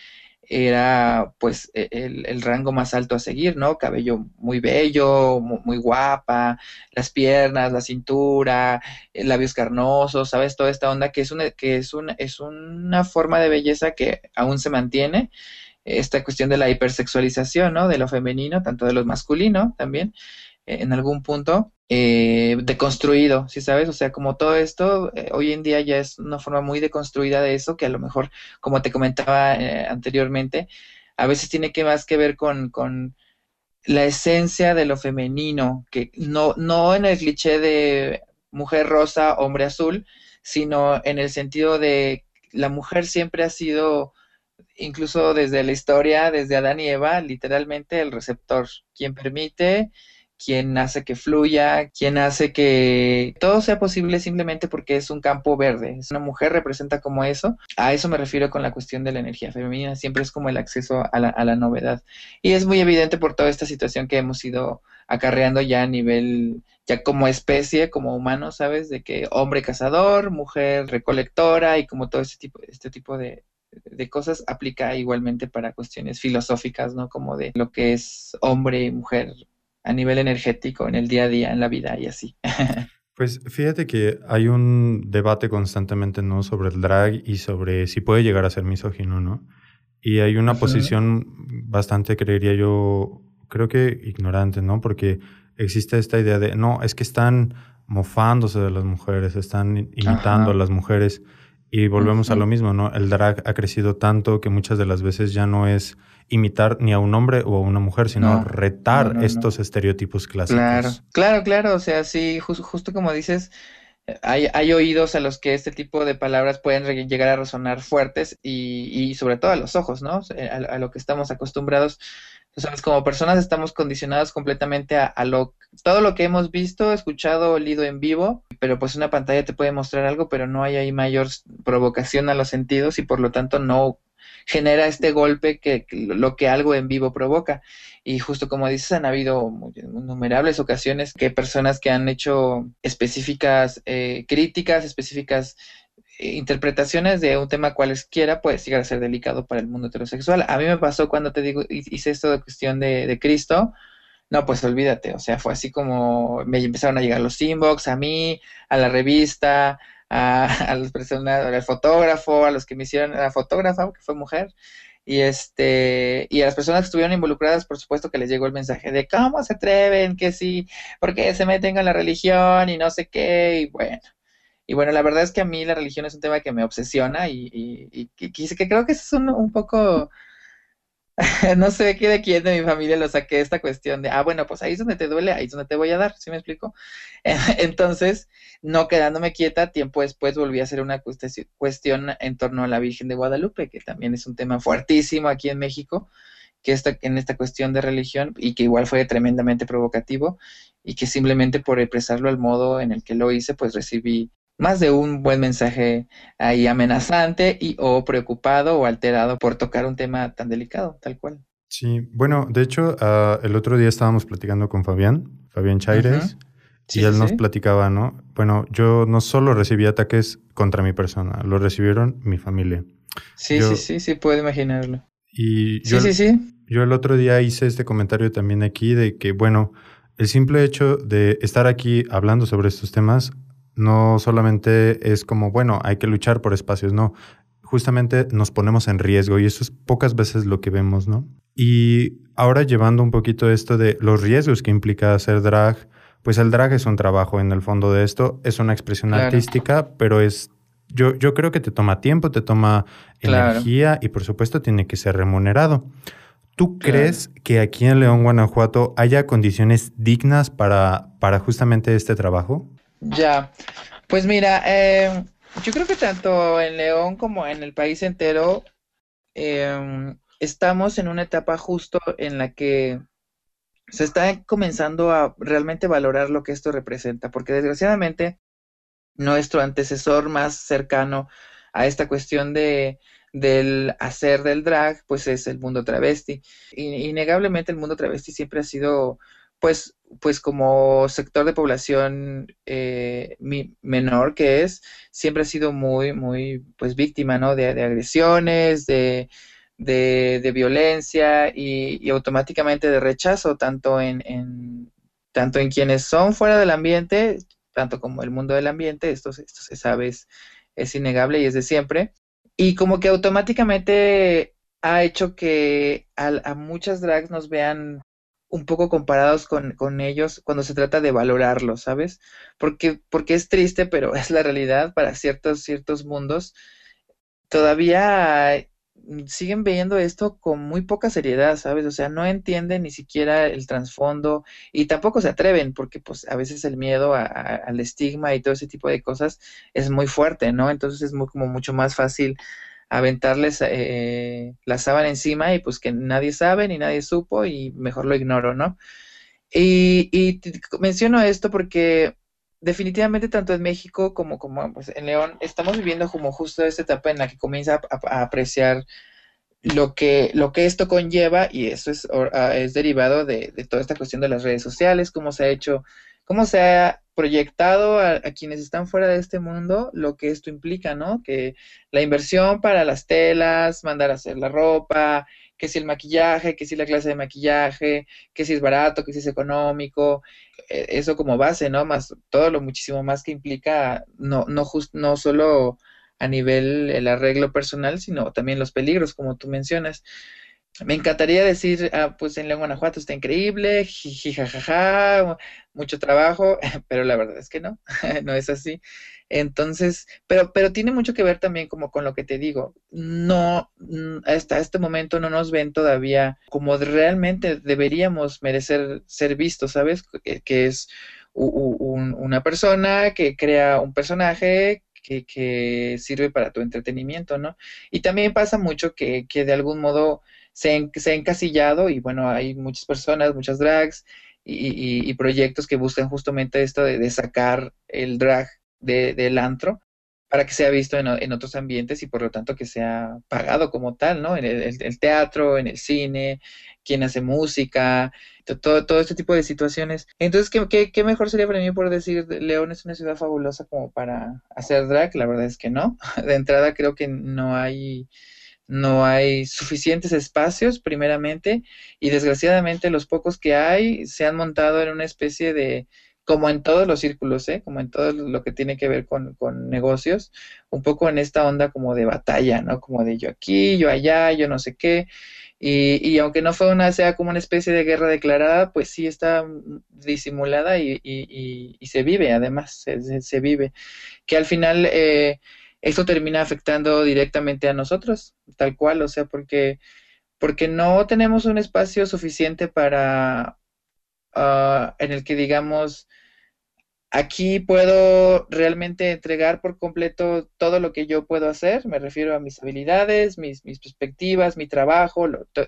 era pues e- el, el rango más alto a seguir, ¿no? Cabello muy bello, mu- muy, guapa, las piernas, la cintura, eh, labios carnosos, ¿sabes? Toda esta onda que es una, que es una, es una forma de belleza que aún se mantiene, esta cuestión de la hipersexualización, ¿no? De lo femenino, tanto de lo masculino también, eh, en algún punto, eh, deconstruido, ¿sí sabes? O sea, como todo esto, eh, hoy en día ya es una forma muy deconstruida de eso, que a lo mejor, como te comentaba eh, anteriormente, a veces tiene que más que ver con, con la esencia de lo femenino, que no, no en el cliché de mujer rosa, hombre azul, sino en el sentido de la mujer siempre ha sido, incluso desde la historia, desde Adán y Eva, literalmente el receptor, quien permite, quien hace que fluya, quien hace que todo sea posible simplemente porque es un campo verde. Es una mujer representa como eso. A eso me refiero con la cuestión de la energía femenina. Siempre es como el acceso a la, a la novedad. Y es muy evidente por toda esta situación que hemos ido acarreando ya a nivel, ya como especie, como humano, ¿sabes? De que hombre cazador, mujer recolectora y como todo este tipo, este tipo de, de cosas aplica igualmente para cuestiones filosóficas, ¿no? Como de lo que es hombre y mujer a nivel energético en el día a día, en la vida y así. Pues fíjate que hay un debate constantemente, ¿no? Sobre el drag y sobre si puede llegar a ser misógino, ¿no? Y hay una Ujú. posición bastante, creería yo, creo que ignorante, ¿no? Porque existe esta idea de, no, es que están mofándose de las mujeres, están imitando a Ajá. las mujeres y volvemos a Ujú. lo mismo, ¿no? El drag ha crecido tanto que muchas de las veces ya no es imitar ni a un hombre o a una mujer, sino No, no, retar no, estos no. estereotipos Claro, clásicos. claro, claro. O sea, sí, jus- justo como dices, eh, hay, hay oídos a los que este tipo de palabras pueden re- llegar a resonar fuertes y, y sobre todo a los ojos, ¿no? O sea, A, a lo que estamos acostumbrados. O sea, como personas estamos condicionados completamente a, a lo, todo lo que hemos visto, escuchado, olido en vivo, pero pues una pantalla te puede mostrar algo, pero no hay ahí mayor s- provocación a los sentidos y por lo tanto no genera este golpe que, que lo que algo en vivo provoca. Y justo como dices, han habido muy- innumerables ocasiones que personas que han hecho específicas eh, críticas, específicas eh, interpretaciones de un tema cualesquiera, puede llegar a ser delicado para el mundo heterosexual. A mí me pasó cuando te digo, hi- hice esto de cuestión de, de Cristo. No, pues olvídate, o sea, fue así como me empezaron a llegar los inbox a mí, a la revista, a, a las personas, al fotógrafo, a los que me hicieron, a la fotógrafa, que fue mujer, y este, y a las personas que estuvieron involucradas, por supuesto que les llegó el mensaje de cómo se atreven, que sí, porque se meten con la religión y no sé qué, y bueno. Y bueno, la verdad es que a mí la religión es un tema que me obsesiona y, y, y que, que que creo que es un, un poco, no sé qué de quién de mi familia lo saqué esta cuestión de, ah, bueno, pues ahí es donde te duele, ahí es donde te voy a dar, ¿sí me explico? Entonces, no quedándome quieta, tiempo después volví a hacer una cueste- cuestión en torno a la Virgen de Guadalupe, que también es un tema fuertísimo aquí en México, que está en esta cuestión de religión y que igual fue tremendamente provocativo y que simplemente por expresarlo al modo en el que lo hice, pues recibí más de un buen mensaje ahí amenazante y o preocupado o alterado por tocar un tema tan delicado, tal cual. Sí, bueno, de hecho, ah, el otro día estábamos platicando con Fabián, Fabián Ujú. Chaires, Sí, Y sí, él nos sí. platicaba, ¿no? Bueno, yo no solo recibí ataques contra mi persona, lo recibieron mi familia. Sí, sí, Yo, sí, sí, puedo imaginarlo. y yo, Sí, sí, sí. yo el otro día hice este comentario también aquí de que, bueno, el simple hecho de estar aquí hablando sobre estos temas no solamente es como, bueno, hay que luchar por espacios, no. Justamente nos ponemos en riesgo y eso es pocas veces lo que vemos, ¿no? Y ahora llevando un poquito esto de los riesgos que implica hacer drag, pues el drag es un trabajo en el fondo de esto, es una expresión Claro, artística, pero es, yo, yo creo que te toma tiempo, te toma claro, energía y por supuesto tiene que ser remunerado. ¿Tú claro. crees que aquí en León, Guanajuato, haya condiciones dignas para, para justamente este trabajo? Ya. Pues mira, eh, yo creo que tanto en León como en el país entero eh, estamos en una etapa justo en la que se está comenzando a realmente valorar lo que esto representa, porque desgraciadamente nuestro antecesor más cercano a esta cuestión de, del hacer del drag, pues es el mundo travesti. Y, innegablemente el mundo travesti siempre ha sido, pues, pues como sector de población eh, mi, menor que es, siempre ha sido muy, muy, pues víctima, ¿no? De, de agresiones, de, de, de violencia y, y, automáticamente de rechazo, tanto en, en, tanto en quienes son fuera del ambiente, tanto como el mundo del ambiente, esto, esto se sabe, es, es innegable y es de siempre. Y como que automáticamente ha hecho que a, a muchas drags nos vean un poco comparados con, con ellos cuando se trata de valorarlos, ¿sabes? Porque, porque es triste, pero es la realidad para ciertos, ciertos mundos. Todavía mm, siguen viendo esto con muy poca seriedad, ¿sabes? O sea, no entienden ni siquiera el trasfondo y tampoco se atreven porque pues a veces el miedo a- a- al estigma y todo ese tipo de cosas es muy fuerte, ¿no? Entonces es muy, como mucho más fácil aventarles eh, la sábana encima y pues que nadie sabe ni nadie supo y mejor lo ignoro, ¿no? Y, y te- menciono esto porque definitivamente tanto en México como, como pues, en León estamos viviendo como justo esta etapa en la que comienza a, a- a apreciar lo que, lo que esto conlleva y eso es, or- ah, es derivado de, de toda esta cuestión de las redes sociales, cómo se ha hecho, cómo se ha proyectado a, a quienes están fuera de este mundo lo que esto implica, ¿no? Que la inversión para las telas, mandar a hacer la ropa, que si el maquillaje, que si la clase de maquillaje, que si es barato, que si es económico, eh, eso como base, ¿no? Más todo lo muchísimo más que implica, no, no, just, no solo a nivel el arreglo personal, sino también los peligros, como tú mencionas. Me encantaría decir, ah, pues en León, Guanajuato está increíble, jiji, jajaja, mucho trabajo, pero la verdad es que no, no es así. Entonces, pero, pero tiene mucho que ver también como con lo que te digo. No, mm, hasta este momento no nos ven todavía como realmente deberíamos merecer ser vistos, ¿sabes? Que, que es u- u- un- una persona que crea un personaje que, que sirve para tu entretenimiento, ¿no? Y también pasa mucho que, que de algún modo se, en- se ha encasillado y bueno, hay muchas personas, muchas drags y, y- y proyectos que buscan justamente esto de, de sacar el drag de- del antro para que sea visto en, o- en otros ambientes y por lo tanto que sea pagado como tal, ¿no? En el, el- el teatro, en el cine, quien hace música, to- todo, todo este tipo de situaciones. Entonces, ¿qué, qué, qué mejor sería para mí por decir, León es una ciudad fabulosa como para hacer drag? La verdad es que no. De entrada creo que no hay no hay suficientes espacios, primeramente, y desgraciadamente los pocos que hay se han montado en una especie de, como en todos los círculos, ¿eh? Como en todo lo que tiene que ver con, con negocios, un poco en esta onda como de batalla, ¿no? Como de yo aquí, yo allá, yo no sé qué. Y, y aunque no fue una, sea como una especie de guerra declarada, pues sí está mm, disimulada y, y, y, y se vive, además, se, se, se vive que al final eh, esto termina afectando directamente a nosotros, tal cual, o sea, porque, porque no tenemos un espacio suficiente para, uh, en el que digamos, aquí puedo realmente entregar por completo todo lo que yo puedo hacer, me refiero a mis habilidades, mis, mis perspectivas, mi trabajo, lo, to-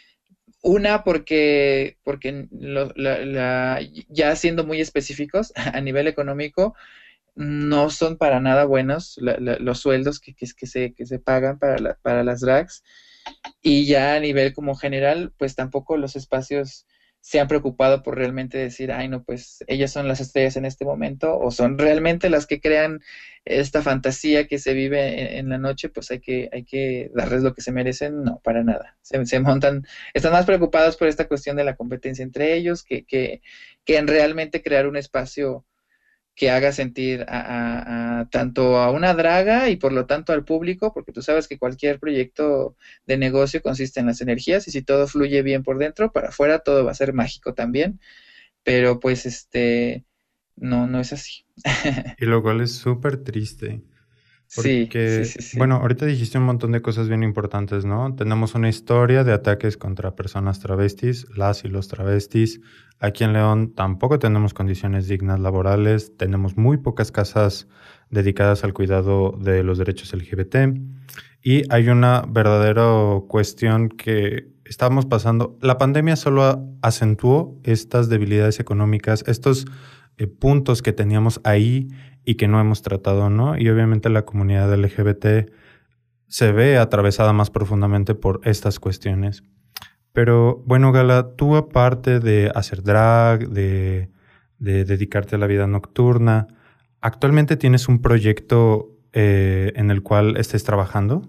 una porque, porque lo- la- la- ya siendo muy específicos a nivel económico, no son para nada buenos la- la- los sueldos que, que, que se, que se pagan para, la- para las drags y ya a nivel como general, pues tampoco los espacios se han preocupado por realmente decir, ay, no, pues ellas son las estrellas en este momento, o son realmente las que crean esta fantasía que se vive en, en la noche, pues hay que, hay que darles lo que se merecen, no, para nada. Se, se montan, están más preocupados por esta cuestión de la competencia entre ellos que, que, que en realmente crear un espacio que haga sentir a, a, a, tanto a una draga y por lo tanto al público, porque tú sabes que cualquier proyecto de negocio consiste en las energías y si todo fluye bien por dentro, para afuera todo va a ser mágico también, pero pues este, no, no es así. Y lo cual es súper triste. Sí, sí, Porque, sí, sí. bueno, ahorita dijiste un montón de cosas bien importantes, ¿no? Tenemos una historia de ataques contra personas travestis, las y los travestis. Aquí en León tampoco tenemos condiciones dignas laborales, tenemos muy pocas casas dedicadas al cuidado de los derechos L G B T y hay una verdadera cuestión que estamos pasando. La pandemia solo acentuó estas debilidades económicas, estos eh, puntos que teníamos ahí y que no hemos tratado, ¿no? Y obviamente la comunidad L G B T se ve atravesada más profundamente por estas cuestiones. Pero bueno, Gala, tú aparte de hacer drag, de, de dedicarte a la vida nocturna, ¿actualmente tienes un proyecto eh, en el cual estés trabajando?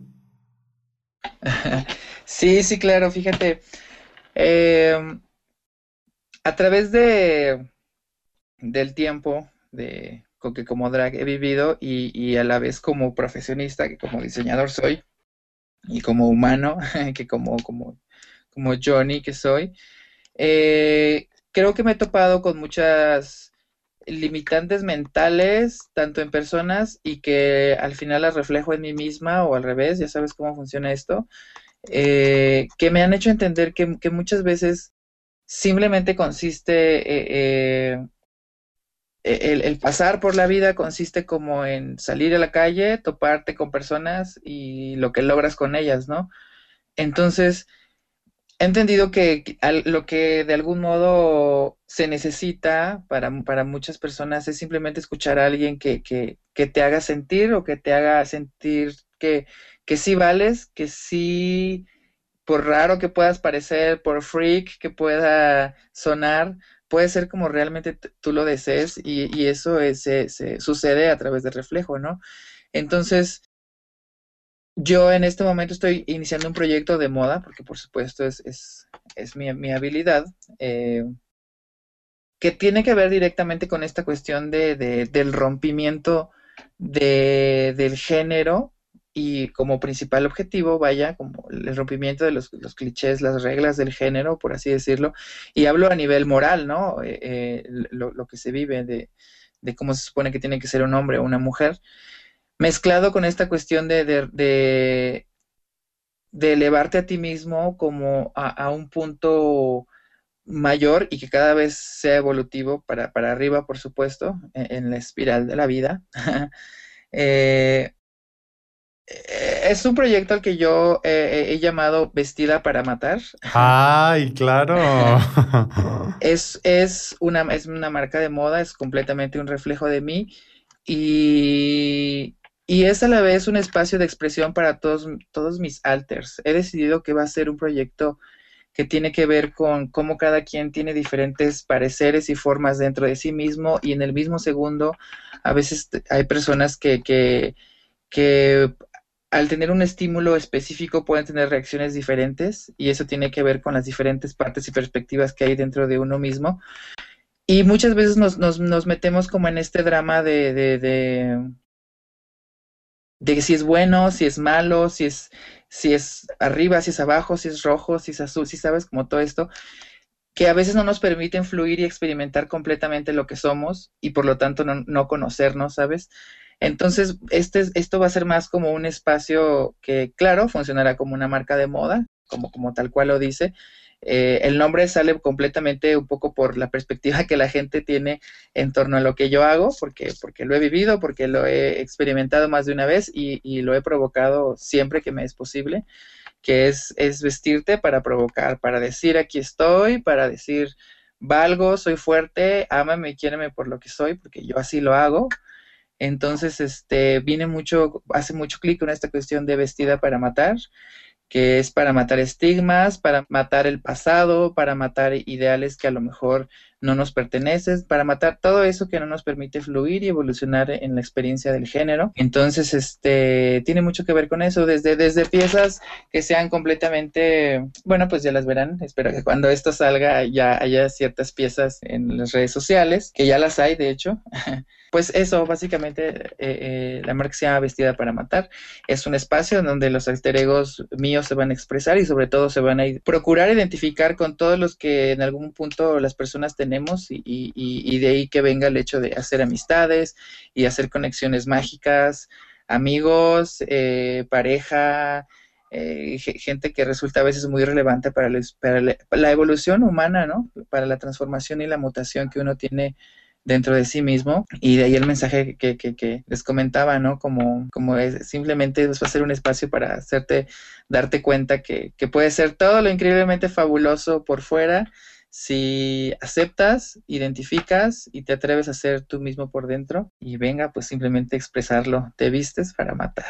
Sí, sí, claro, fíjate, eh, a través de, del tiempo, de con que como drag he vivido y, y a la vez como profesionista, que como diseñador soy, y como humano, que como, como, como Johnny que soy, eh, creo que me he topado con muchas limitantes mentales, tanto en personas y que al final las reflejo en mí misma o al revés, ya sabes cómo funciona esto, eh, que me han hecho entender que, que muchas veces simplemente consiste eh, eh, el, el, pasar por la vida consiste como en salir a la calle, toparte con personas y lo que logras con ellas, ¿no? Entonces, he entendido que lo que de algún modo se necesita para, para muchas personas es simplemente escuchar a alguien que, que, que te haga sentir o que te haga sentir que, que sí vales, que sí, por raro que puedas parecer, por freak que pueda sonar, puede ser como realmente tú lo desees y, y eso es, se, se sucede a través del reflejo, ¿no? Entonces, yo en este momento estoy iniciando un proyecto de moda, porque por supuesto es, es, es mi, mi habilidad, eh, que tiene que ver directamente con esta cuestión de, de, del rompimiento de, del género y como principal objetivo, vaya, como el rompimiento de los, los clichés, las reglas del género, por así decirlo, y hablo a nivel moral, ¿no? Eh, eh, lo, lo que se vive de, de cómo se supone que tiene que ser un hombre o una mujer, mezclado con esta cuestión de, de, de, de elevarte a ti mismo como a, a, un punto mayor y que cada vez sea evolutivo para, para arriba, por supuesto, en, en la espiral de la vida. eh, es un proyecto al que yo eh, he llamado Vestida para Matar. ¡Ay, claro! es, es, una, es una marca de moda, es completamente un reflejo de mí y, y es a la vez un espacio de expresión para todos, todos mis alters. He decidido que va a ser un proyecto que tiene que ver con cómo cada quien tiene diferentes pareceres y formas dentro de sí mismo y en el mismo segundo a veces hay personas que, que, que al tener un estímulo específico pueden tener reacciones diferentes y eso tiene que ver con las diferentes partes y perspectivas que hay dentro de uno mismo. Y muchas veces nos, nos, nos metemos como en este drama de, de, de, de si es bueno, si es malo, si es, si es arriba, si es abajo, si es rojo, si es azul, si sabes, como todo esto, que a veces no nos permiten fluir y experimentar completamente lo que somos y por lo tanto no, no conocernos, ¿sabes? Entonces, este, esto va a ser más como un espacio que, claro, funcionará como una marca de moda, como, como tal cual lo dice. Eh, el nombre sale completamente un poco por la perspectiva que la gente tiene en torno a lo que yo hago, porque, porque lo he vivido, porque lo he experimentado más de una vez y, y lo he provocado siempre que me es posible, que es, es vestirte para provocar, para decir aquí estoy, para decir valgo, soy fuerte, ámame y quiéreme por lo que soy, porque yo así lo hago. Entonces, este, viene mucho, hace mucho clic con esta cuestión de Vestida para Matar, que es para matar estigmas, para matar el pasado, para matar ideales que a lo mejor no nos pertenecen, para matar todo eso que no nos permite fluir y evolucionar en la experiencia del género. Entonces, este, tiene mucho que ver con eso, desde, desde piezas que sean completamente, bueno, pues ya las verán, espero que cuando esto salga ya haya ciertas piezas en las redes sociales, que ya las hay, de hecho. Pues eso, básicamente, eh, eh, la marca se llama Vestida para Matar. Es un espacio donde los alter egos míos se van a expresar y sobre todo se van a ir, procurar identificar con todos los que en algún punto las personas tenemos y, y, y de ahí que venga el hecho de hacer amistades y hacer conexiones mágicas, amigos, eh, pareja, eh, gente que resulta a veces muy relevante para, les, para, la, para la evolución humana, ¿no? Para la transformación y la mutación que uno tiene dentro de sí mismo, y de ahí el mensaje que, que, que les comentaba, ¿no? Como, como es, simplemente va a ser un espacio para hacerte, darte cuenta que, que puede ser todo lo increíblemente fabuloso por fuera, si aceptas, identificas y te atreves a ser tú mismo por dentro, y venga, pues simplemente expresarlo, te vistes para matar.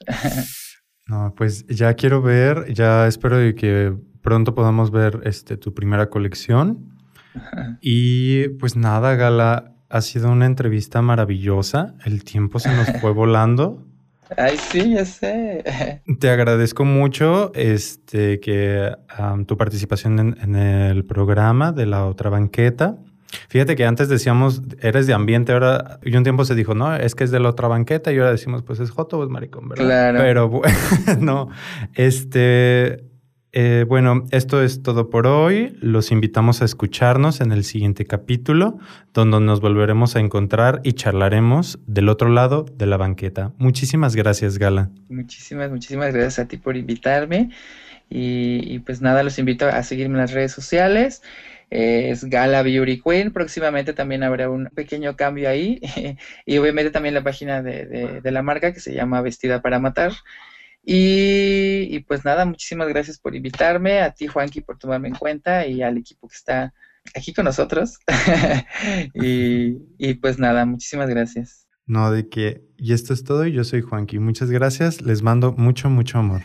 No, pues ya quiero ver, ya espero de que pronto podamos ver este, tu primera colección. Y pues nada, Gala, ha sido una entrevista maravillosa. El tiempo se nos fue volando. Ay, sí, ya sé. Te agradezco mucho este, que um, tu participación en, en el programa de La Otra Banqueta. Fíjate que antes decíamos, eres de ambiente, ahora, y un tiempo se dijo, no, es que es de La Otra Banqueta, y ahora decimos, pues es joto o es maricón, ¿verdad? Claro. Pero bueno, este... Eh, bueno, esto es todo por hoy. Los invitamos a escucharnos en el siguiente capítulo, donde nos volveremos a encontrar y charlaremos del otro lado de la banqueta. Muchísimas gracias, Gala. Muchísimas, muchísimas gracias a ti por invitarme. Y, y pues nada, los invito a seguirme en las redes sociales. Eh, es Gala Beauty Queen. Próximamente también habrá un pequeño cambio ahí. Y obviamente también la página de, de, de la marca, que se llama Vestida para Matar. Y, y pues nada, muchísimas gracias por invitarme, a ti, Juanqui, por tomarme en cuenta, y al equipo que está aquí con nosotros. y, y pues nada, muchísimas gracias. No, de que, y esto es todo, y yo soy Juanqui. Muchas gracias, les mando mucho, mucho amor.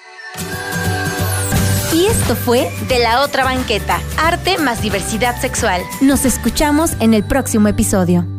Y esto fue De la Otra Banqueta, arte más diversidad sexual. Nos escuchamos en el próximo episodio.